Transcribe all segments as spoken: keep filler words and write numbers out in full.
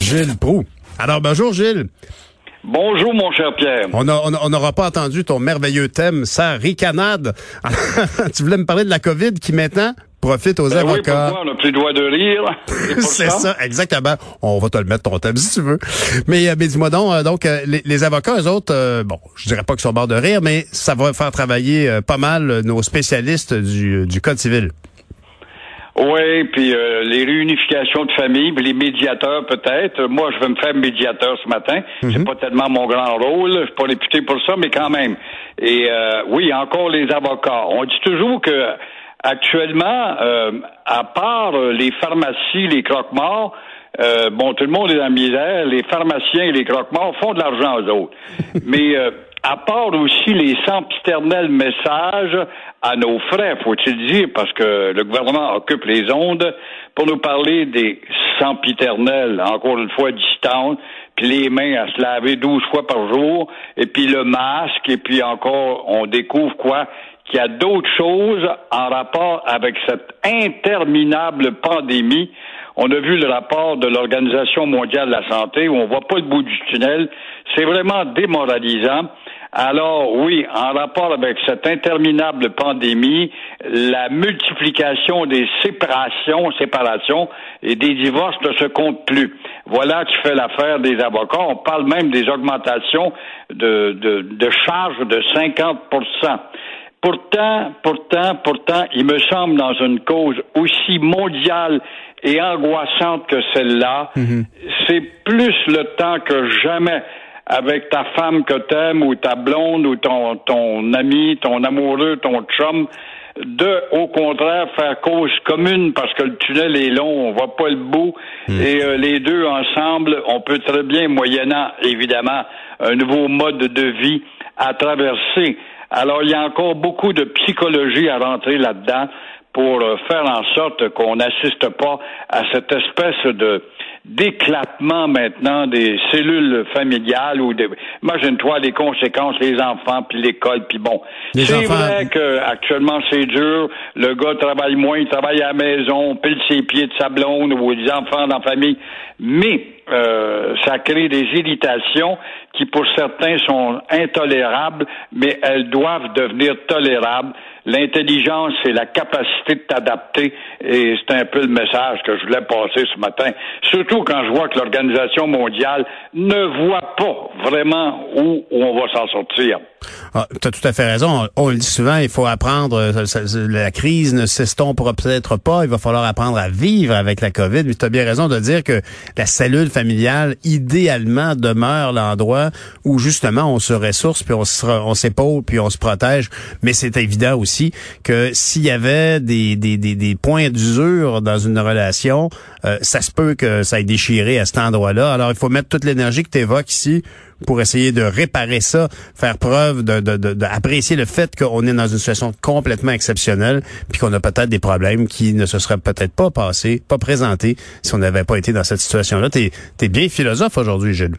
Gilles Proulx. Alors, bonjour Gilles. Bonjour, mon cher Pierre. On on n'aura pas entendu ton merveilleux thème, sa ricanade. Tu voulais me parler de la COVID qui maintenant profite aux ben avocats. Oui, pourquoi on n'a plus le droit de rire. C'est ça? ça, exactement. On va te le mettre ton thème si tu veux. Mais, mais dis-moi donc, euh, donc euh, les, les avocats, eux autres, euh, bon, je dirais pas qu'ils sont morts de rire, mais ça va faire travailler euh, pas mal euh, nos spécialistes du, du Code civil. Oui, puis euh, les réunifications de famille, puis les médiateurs peut-être. Moi, je vais me faire médiateur ce matin. Mm-hmm. C'est pas tellement mon grand rôle. Je suis pas réputé pour ça, mais quand même. Et euh, oui, encore les avocats. On dit toujours que actuellement, euh, à part les pharmacies, les croque-morts, euh, bon, tout le monde est dans la misère. Les pharmaciens et les croque-morts font de l'argent aux autres. mais euh, à part aussi les sempiternels messages à nos frais, faut-il dire, parce que le gouvernement occupe les ondes pour nous parler des sempiternels, encore une fois, distantes, puis les mains à se laver douze fois par jour, et puis le masque, et puis encore, on découvre quoi? Qu'il y a d'autres choses en rapport avec cette interminable pandémie. On a vu le rapport de l'Organisation mondiale de la santé où on voit pas le bout du tunnel. C'est vraiment démoralisant. Alors oui, en rapport avec cette interminable pandémie, la multiplication des séparations, séparations et des divorces ne se compte plus. Voilà qui fait l'affaire des avocats. On parle même des augmentations de, de, de charges de cinquante pour cent. Pourtant, pourtant, pourtant, il me semble dans une cause aussi mondiale et angoissante que celle-là, mm-hmm. c'est plus le temps que jamais avec ta femme que t'aimes ou ta blonde ou ton, ton ami, ton amoureux, ton chum, de, au contraire, faire cause commune parce que le tunnel est long, on voit pas le bout mm. et euh, les deux ensemble, on peut très bien, moyennant évidemment un nouveau mode de vie à traverser. Alors, il y a encore beaucoup de psychologie à rentrer là-dedans pour faire en sorte qu'on n'assiste pas à cette espèce de d'éclatement maintenant des cellules familiales ou des... Imagine-toi les conséquences, les enfants, puis l'école, puis bon. Les c'est enfants... vrai que actuellement c'est dur, le gars travaille moins, il travaille à la maison, on pile ses pieds de sa blonde ou des enfants dans la famille, mais euh, ça crée des irritations qui pour certains sont intolérables, mais elles doivent devenir tolérables. L'intelligence, c'est la capacité de t'adapter et c'est un peu le message que je voulais passer ce matin. Surtout quand je vois que l'Organisation mondiale ne voit pas vraiment où, où on va s'en sortir. Ah, tu as tout à fait raison. On, on le dit souvent, il faut apprendre, ça, ça, la crise ne s'estompera peut-être pas, il va falloir apprendre à vivre avec la COVID. Mais tu as bien raison de dire que la cellule familiale, idéalement, demeure l'endroit où justement on se ressource, puis on, se, on s'épaule, puis on se protège. Mais c'est évident aussi que s'il y avait des, des, des, des points d'usure dans une relation, euh, ça se peut que ça ait déchiré à cet endroit-là. Alors, il faut mettre toute l'énergie que tu évoques ici pour essayer de réparer ça, faire preuve de, de, de, d'apprécier le fait qu'on est dans une situation complètement exceptionnelle, puis qu'on a peut-être des problèmes qui ne se seraient peut-être pas passés, pas présentés, si on n'avait pas été dans cette situation-là. T'es, t'es bien philosophe aujourd'hui, Gilles.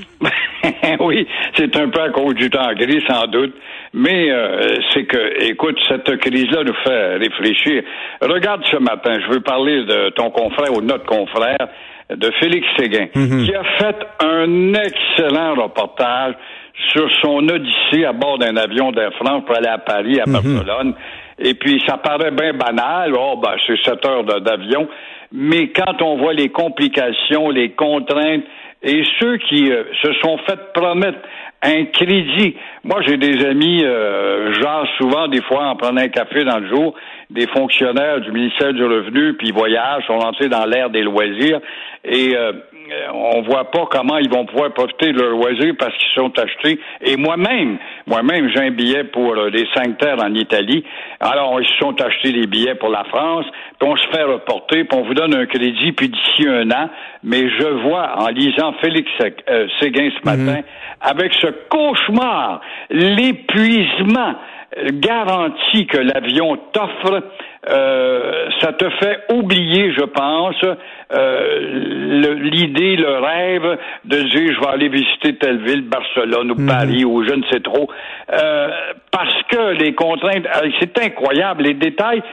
Oui, c'est un peu à cause du temps gris, sans doute. Mais euh, c'est que, écoute, cette crise-là nous fait réfléchir. Regarde ce matin, je veux parler de ton confrère ou de notre confrère, de Félix Séguin, mm-hmm. qui a fait un excellent reportage sur son odyssée à bord d'un avion d'Air France pour aller à Paris, à mm-hmm. Barcelone. Et puis, ça paraît bien banal. Oh, ben, c'est sept heures de, d'avion. Mais quand on voit les complications, les contraintes, et ceux qui euh, se sont fait promettre un crédit. Moi, j'ai des amis, euh, genre souvent, des fois, en prenant un café dans le jour, des fonctionnaires du ministère du Revenu, puis ils voyagent, sont lancés dans l'ère des loisirs, et euh, on voit pas comment ils vont pouvoir profiter de leurs loisirs parce qu'ils sont achetés. Et moi-même, moi-même, j'ai un billet pour euh, les cinq terres en Italie. Alors, ils se sont achetés des billets pour la France, puis on se fait reporter, puis on vous donne un crédit, puis d'ici un an. Mais je vois, en lisant Félix euh, Séguin ce matin, mm-hmm. avec ce cauchemar, l'épuisement garanti que l'avion t'offre, euh, ça te fait oublier, je pense, euh, le, l'idée, le rêve de dire je vais aller visiter telle ville, Barcelone ou mmh. Paris ou je ne sais trop, euh, parce que les contraintes, c'est incroyable, les détails.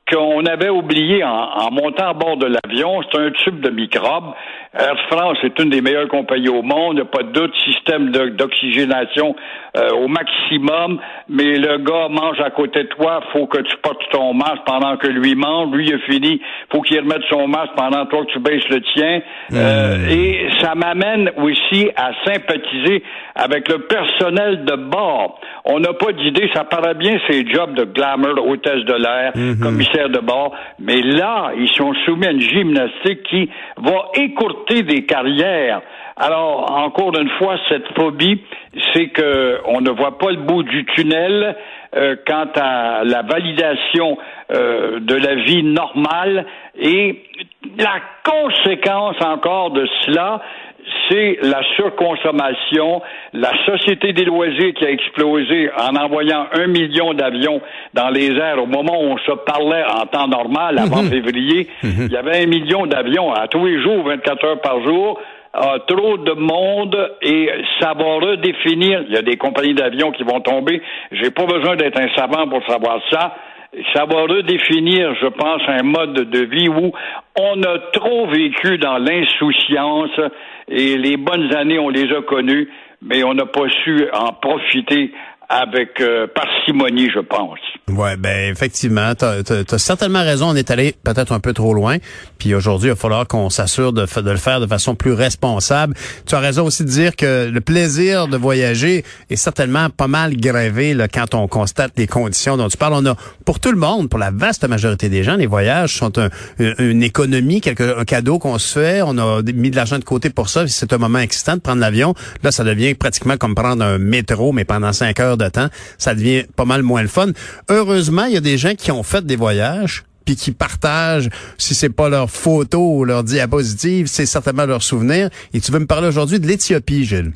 qu'on avait oublié en, en montant à bord de l'avion, c'est un tube de microbes. Air France est une des meilleures compagnies au monde, il n'y a pas de doute, système de, d'oxygénation euh, au maximum, mais le gars mange à côté de toi, faut que tu portes ton masque pendant que lui mange, lui il a fini, faut qu'il remette son masque pendant toi que tu baisses le tien. Mmh. Euh, et ça m'amène aussi à sympathiser avec le personnel de bord. On n'a pas d'idée, ça paraît bien ces jobs de glamour, hôtesse de l'air, mmh. commissaire de bord, mais là, ils sont soumis à une gymnastique qui va écourter des carrières. Alors, encore une fois, cette phobie, c'est que on ne voit pas le bout du tunnel euh, quant à la validation euh, de la vie normale, et la conséquence encore de cela, c'est la surconsommation, la société des loisirs qui a explosé en envoyant un million d'avions dans les airs au moment où on se parlait en temps normal, avant mmh. février. Mmh. Il y avait un million d'avions à tous les jours, vingt-quatre heures par jour. Euh, trop de monde, et ça va redéfinir. Il y a des compagnies d'avions qui vont tomber. J'ai pas besoin d'être un savant pour savoir ça. Ça va redéfinir, je pense, un mode de vie où on a trop vécu dans l'insouciance, et les bonnes années, on les a connues, mais on n'a pas su en profiter avec euh, parcimonie, je pense. Ouais, ben effectivement, t'as, t'as, t'as certainement raison. On est allé peut-être un peu trop loin. Puis aujourd'hui, il va falloir qu'on s'assure de, de le faire de façon plus responsable. Tu as raison aussi de dire que le plaisir de voyager est certainement pas mal grévé là, quand on constate les conditions dont tu parles. On a, pour tout le monde, pour la vaste majorité des gens, les voyages sont un, une économie, quelque, un cadeau qu'on se fait. On a mis de l'argent de côté pour ça. C'est un moment excitant de prendre l'avion. Là, ça devient pratiquement comme prendre un métro, mais pendant cinq heures de temps. Ça devient pas mal moins le fun. Heureusement, il y a des gens qui ont fait des voyages puis qui partagent, si c'est pas leurs photos ou leurs diapositives, c'est certainement leurs souvenirs. Et tu veux me parler aujourd'hui de l'Éthiopie, Gilles?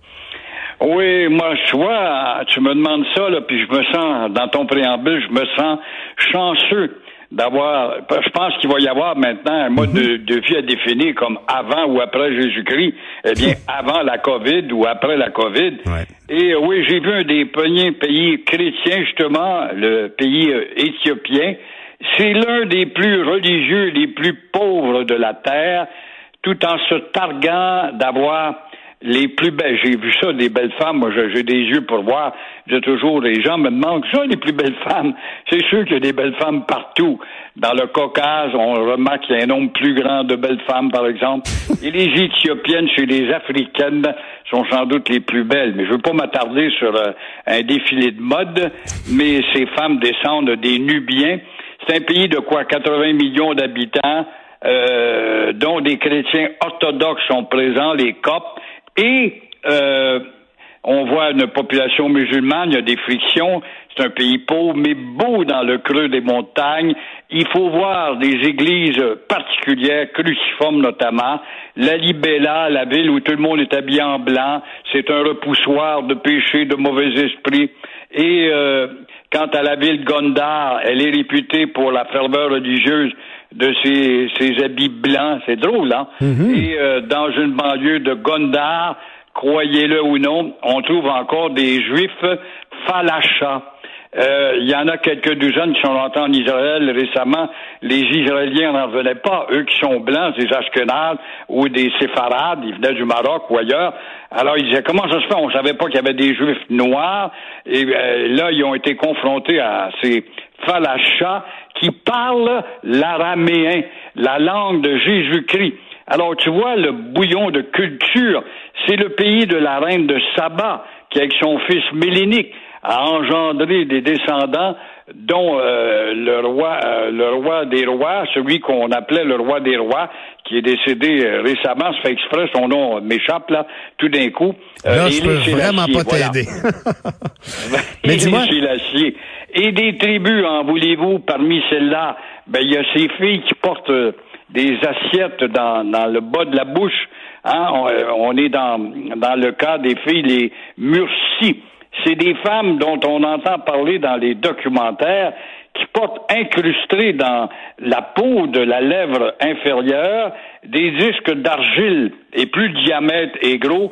Oui, moi, tu vois, tu me demandes ça, là, puis je me sens, dans ton préambule, je me sens chanceux d'avoir, je pense qu'il va y avoir maintenant un mode mm-hmm. de, de vie à définir comme avant ou après Jésus-Christ. Eh bien, avant la COVID ou après la COVID. Ouais. Et oui, j'ai vu un des premiers pays chrétiens, justement, le pays euh, éthiopien. C'est l'un des plus religieux, les plus pauvres de la terre, tout en se targuant d'avoir les plus belles. J'ai vu ça, des belles femmes. Moi, j'ai des yeux pour voir. J'ai toujours, les gens me demandent, ça, les plus belles femmes. C'est sûr qu'il y a des belles femmes partout. Dans le Caucase, on remarque qu'il y a un nombre plus grand de belles femmes, par exemple. Et les Éthiopiennes, chez les Africaines, sont sans doute les plus belles. Mais je veux pas m'attarder sur euh, un défilé de mode, mais ces femmes descendent des Nubiens. C'est un pays de quoi? quatre-vingts millions d'habitants, euh, dont des chrétiens orthodoxes sont présents, les Coptes. Et euh, on voit une population musulmane, il y a des frictions, c'est un pays pauvre, mais beau dans le creux des montagnes. Il faut voir des églises particulières, cruciformes notamment. La Libella, la ville où tout le monde est habillé en blanc, c'est un repoussoir de péché, de mauvais esprits. Et euh, quant à la ville Gondar, elle est réputée pour la ferveur religieuse de ses, ses habits blancs. C'est drôle, hein? Mm-hmm. Et euh, dans une banlieue de Gondar, croyez-le ou non, on trouve encore des Juifs falachas. Euh, il y en a quelques douzaines qui sont rentrés en Israël récemment. Les Israéliens n'en revenaient pas. Eux qui sont blancs, des Ashkenazes ou des Séfarades, ils venaient du Maroc ou ailleurs. Alors ils disaient, comment ça se fait? On savait pas qu'il y avait des Juifs noirs. Et euh, là, ils ont été confrontés à ces falachas qui parlent l'araméen, la langue de Jésus-Christ. Alors, tu vois, le bouillon de culture, c'est le pays de la reine de Saba, qui, avec son fils Mélénique, a engendré des descendants, dont euh, le roi euh, le roi des rois, celui qu'on appelait le roi des rois, qui est décédé euh, récemment, ça fait exprès, son nom m'échappe, là, tout d'un coup. Euh, là, je peux vraiment pas voilà. t'aider. Mais dis-moi... Et des tribus, en voulez-vous, parmi celles-là, ben il y a ces filles qui portent euh, des assiettes dans, dans le bas de la bouche. Hein? On, euh, on est dans, dans le cas des filles, les murcies. C'est des femmes dont on entend parler dans les documentaires qui portent incrustés dans la peau de la lèvre inférieure des disques d'argile, et plus le diamètre est gros,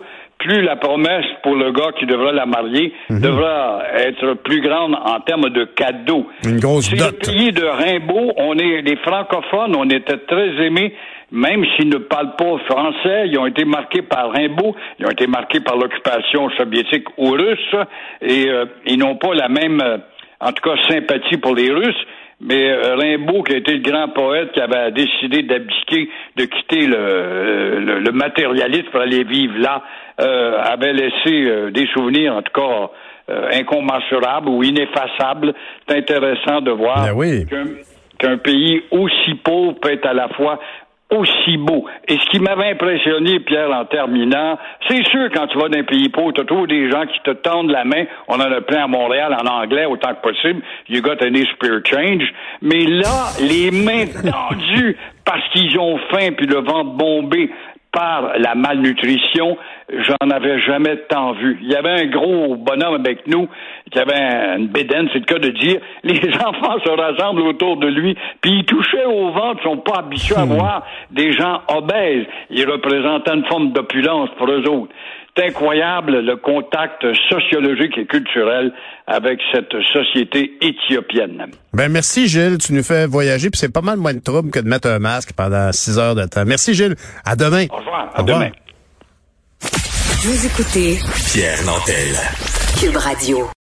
plus la promesse pour le gars qui devra la marier mm-hmm. devra être plus grande en termes de cadeaux. Une grosse C'est dot. le pays de Rimbaud. On est les francophones, on était très aimés, même s'ils ne parlent pas français. Ils ont été marqués par Rimbaud, ils ont été marqués par l'occupation soviétique ou russe, et euh, ils n'ont pas la même, euh, en tout cas, sympathie pour les Russes. Mais euh, Rimbaud, qui a été le grand poète qui avait décidé d'abdiquer, de quitter le, le, le matérialisme pour aller vivre là, euh, avait laissé euh, des souvenirs, en tout cas, euh, incommensurables ou ineffaçables. C'est intéressant de voir ben oui. qu'un, qu'un pays aussi pauvre peut être à la fois aussi beau. Et ce qui m'avait impressionné, Pierre, en terminant, c'est sûr, quand tu vas dans un pays pauvre, tu as toujours des gens qui te tendent la main. On en a plein à Montréal en anglais autant que possible. You got any spare change. Mais là, les mains tendues parce qu'ils ont faim puis le ventre bombé par la malnutrition, j'en avais jamais tant vu. Il y avait un gros bonhomme avec nous qui avait une bédaine, c'est le cas de dire. Les enfants se rassemblent autour de lui, puis ils touchaient au ventre, ils sont pas habitués à voir des gens obèses. Ils représentaient une forme d'opulence pour eux autres. C'est incroyable le contact sociologique et culturel avec cette société éthiopienne. Ben merci Gilles, tu nous fais voyager, puis c'est pas mal moins de trouble que de mettre un masque pendant six heures de temps. Merci Gilles, à demain. Au revoir, à Au revoir. demain. Vous écoutez Pierre Nantel, Cube Radio.